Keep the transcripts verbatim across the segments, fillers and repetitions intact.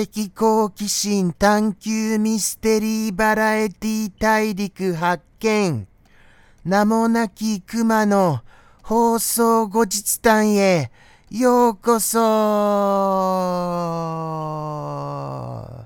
的好奇心探求ミステリーバラエティ大陸発見。名もなき熊の放送後日談へようこそ。はい、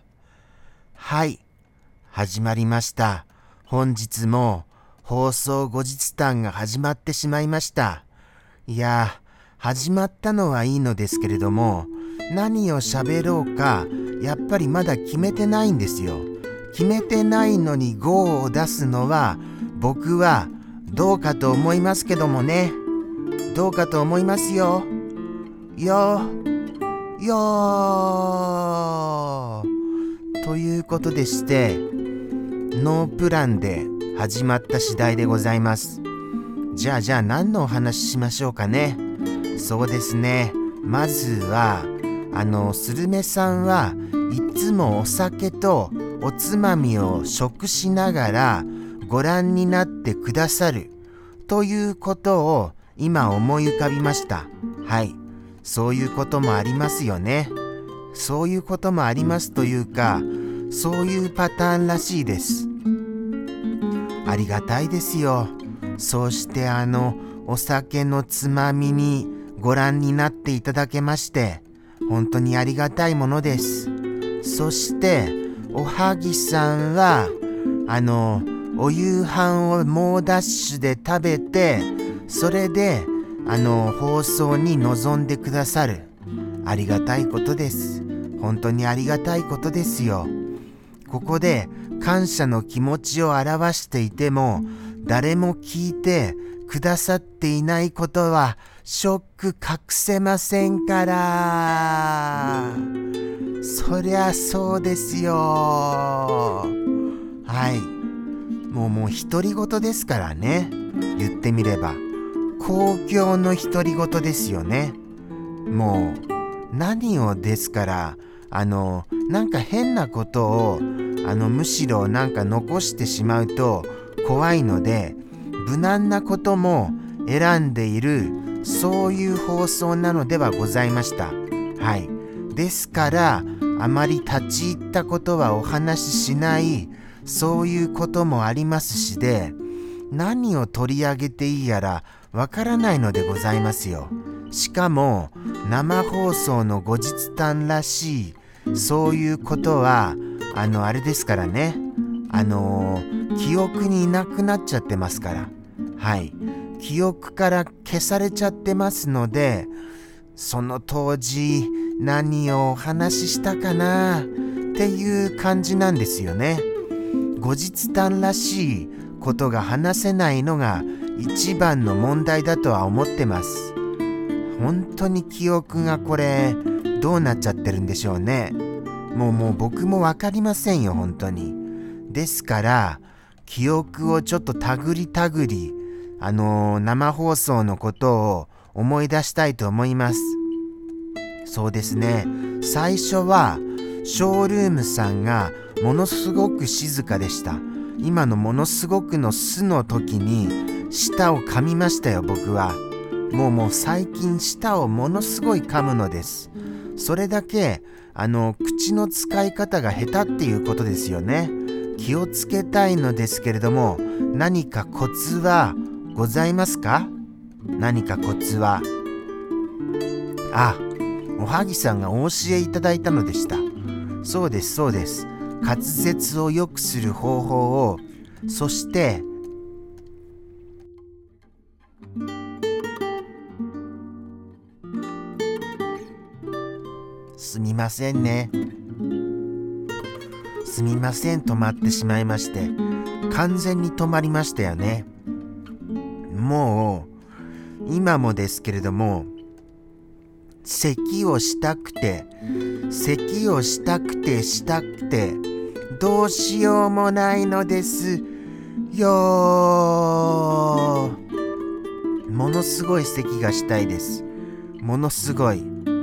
始まりました。本日も放送後日談が始まってしまいました。いや、始まったのはいいのですけれども、何を喋ろうかやっぱりまだ決めてないんですよ。決めてないのに ゴー を出すのは僕はどうかと思いますけどもね。どうかと思いますよ。よよということでして、ノープランで始まった次第でございます。じゃあじゃあ何のお話しましょうかね。そうですね、まずはあのスルメさんはいつもお酒とおつまみを食しながらご覧になってくださるということを今思い浮かびました。はい、そういうこともありますよね。そういうこともありますというか、そういうパターンらしいです。ありがたいですよ。そうしてあのお酒のつまみにご覧になっていただけまして本当にありがたいものです。そしておはぎさんはあのお夕飯を猛ダッシュで食べて、それであの放送に臨んでくださる。ありがたいことです。本当にありがたいことですよ。ここで感謝の気持ちを表していても誰も聞いてくださっていないことはショック隠せませんから。そりゃそうですよ。はい、もうもう独り言ですからね。言ってみれば公共の独り言ですよね。もう何をですから、あのなんか変なことをあのむしろなんか残してしまうと怖いので、無難なことも選んでいる、そういう放送なのではございました。はい、ですからあまり立ち入ったことはお話ししない、そういうこともありますしで、何を取り上げていいやらわからないのでございますよ。しかも生放送の後日談らしい、そういうことはあのあれですからね、あのー、記憶にいなくなっちゃってますから。はい、記憶から消されちゃってますので、その当時何をお話ししたかなっていう感じなんですよね。後日談らしいことが話せないのが一番の問題だとは思ってます。本当に記憶がこれどうなっちゃってるんでしょうね。もうもう僕もわかりませんよ、本当に。ですから記憶をちょっとたぐりたぐりあのー、生放送のことを思い出したいと思います。そうですね、最初はショールームさんがものすごく静かでした。今のものすごくのすの時に舌を噛みましたよ、僕は。もうもう最近舌をものすごい噛むのです。それだけあの口の使い方が下手っていうことですよね。気をつけたいのですけれども、何かコツはございますか？何かコツは。あ、おはぎさんがお教えいただいたのでした。そうですそうです。滑舌を良くする方法を、そしてすみませんね。すみません、止まってしまいまして。完全に止まりましたよね。もう今もですけれども、咳をしたくて咳をしたくてしたくてどうしようもないのですよ。ものすごい咳がしたいです。ものすごい。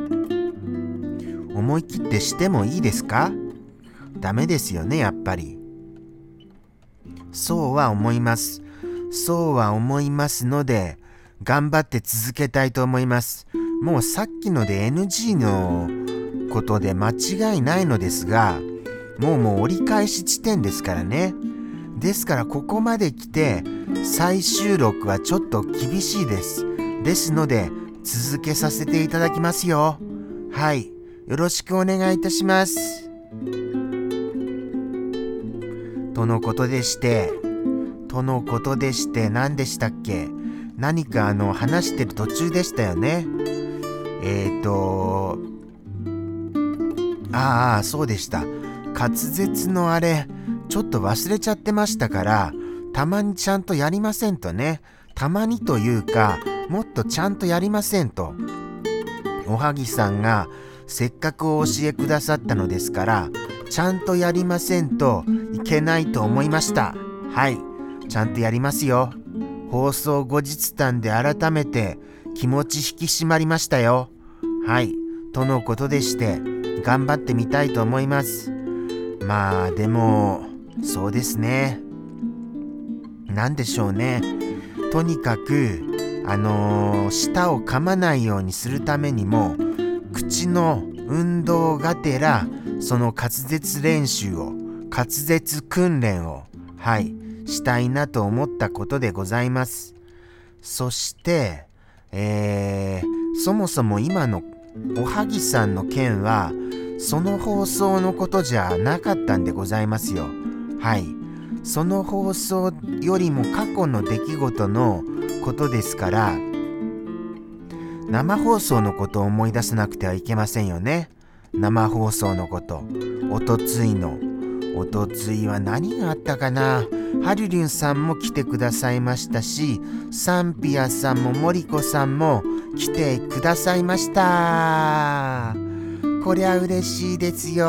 思い切ってしてもいいですか？ダメですよね、やっぱり。そうは思います。そうは思いますので、頑張って続けたいと思います。もうさっきので エヌジー のことで間違いないのですが、もうもう折り返し地点ですからね。ですからここまで来て再収録はちょっと厳しいです。ですので続けさせていただきますよ。はい、よろしくお願いいたします。とのことでしてとのことでして何でしたっけ。何かあの話してる途中でしたよね。えーとああそうでした。滑舌のあれちょっと忘れちゃってましたから、たまにちゃんとやりませんとね。たまにというかもっとちゃんとやりませんとおはぎさんがせっかくお教えくださったのですから、ちゃんとやりませんといけないと思いました。はい、ちゃんとやりますよ。放送後日談で改めて気持ち引き締まりましたよ。はい、とのことでして頑張ってみたいと思います。まあでもそうですね、なんでしょうね。とにかくあのー、舌を噛まないようにするためにも口の運動がてらその滑舌練習を滑舌訓練をはいしたいなと思ったことでございます。そしてえー、そもそも今のおはぎさんの件はその放送のことじゃなかったんでございますよ。はい、その放送よりも過去の出来事のことですから、生放送のことを思い出さなくてはいけませんよね。生放送のこと、おとついのおとついは何があったかな。ハリュリュンさんも来てくださいましたし、サンピアさんもモリコさんも来てくださいました。こりゃ嬉しいですよ。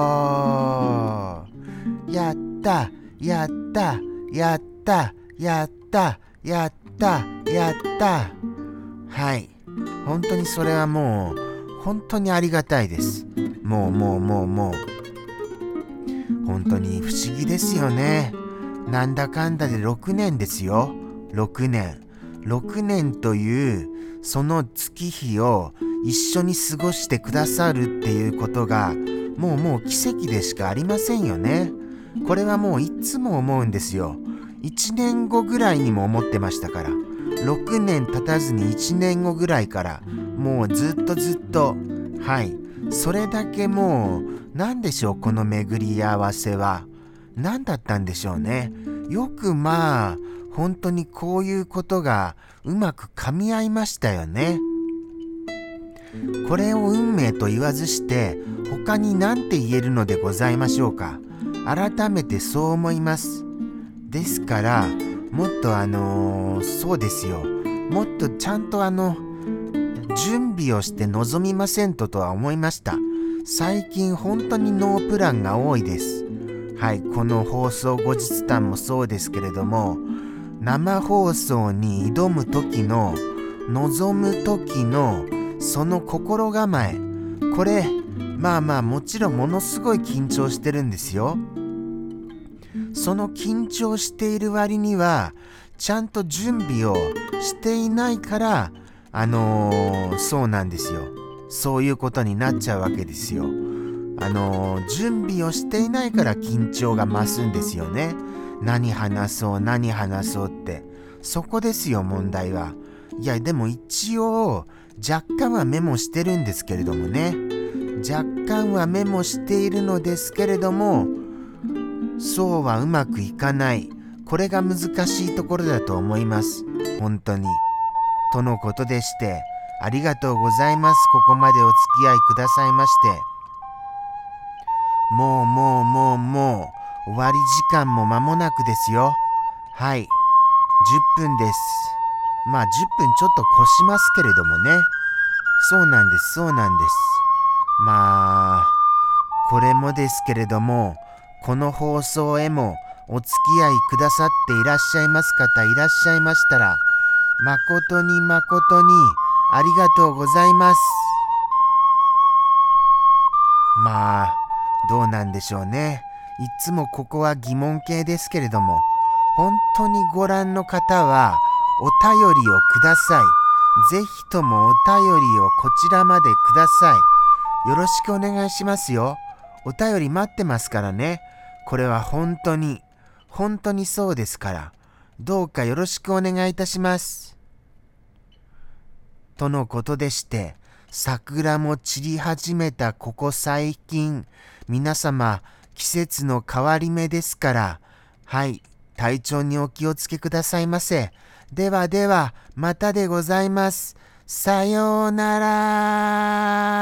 やったやったやったやったやったやったはい、本当にそれはもう本当にありがたいです。もうもうもうもう本当に不思議ですよね。なんだかんだでろくねんですよ。ろくねんろくねんというその月日を一緒に過ごしてくださるっていうことがもうもう奇跡でしかありませんよね。これはもういつも思うんですよ。いちねんごぐらいにも思ってましたから、ろくねん経たずにいちねんごぐらいからもうずっとずっと、はい、それだけもう何でしょう、この巡り合わせは何だったんでしょうね。よくまあ本当にこういうことがうまく噛み合いましたよね。これを運命と言わずして他に何て言えるのでございましょうか。改めてそう思います。ですからもっとあのー、そうですよ、もっとちゃんとあの準備をして臨みませんととは思いました。最近本当にノープランが多いです。はい、この放送後日談もそうですけれども、生放送に挑む時の臨む時のその心構え、これまあまあもちろんものすごい緊張してるんですよ。その緊張している割にはちゃんと準備をしていないからあのー、そうなんですよ、そういうことになっちゃうわけですよ。あのー、準備をしていないから緊張が増すんですよね。何話そう何話そうって、そこですよ問題は。いやでも一応若干はメモしてるんですけれどもね、若干はメモしているのですけれども、そうはうまくいかない。これが難しいところだと思います、本当に。とのことでしてありがとうございます。ここまでお付き合いくださいまして。もうもうもうもう終わり時間も間もなくですよ。はい、じゅっぷんです。まあじゅっぷんちょっと越しますけれどもね。そうなんですそうなんです。まあこれもですけれども、この放送へもお付き合いくださっていらっしゃいます方いらっしゃいましたら、誠に誠にありがとうございます。まあどうなんでしょうね。いつもここは疑問形ですけれども、本当にご覧の方はお便りをください。ぜひともお便りをこちらまでください。 よろしくお願いしますよ。お便り待ってますからね。これは本当に、本当にそうですから、どうかよろしくお願いいたします。とのことでして、桜も散り始めたここ最近、皆様、季節の変わり目ですから、はい、体調にお気をつけくださいませ。ではでは、またでございます。さようなら。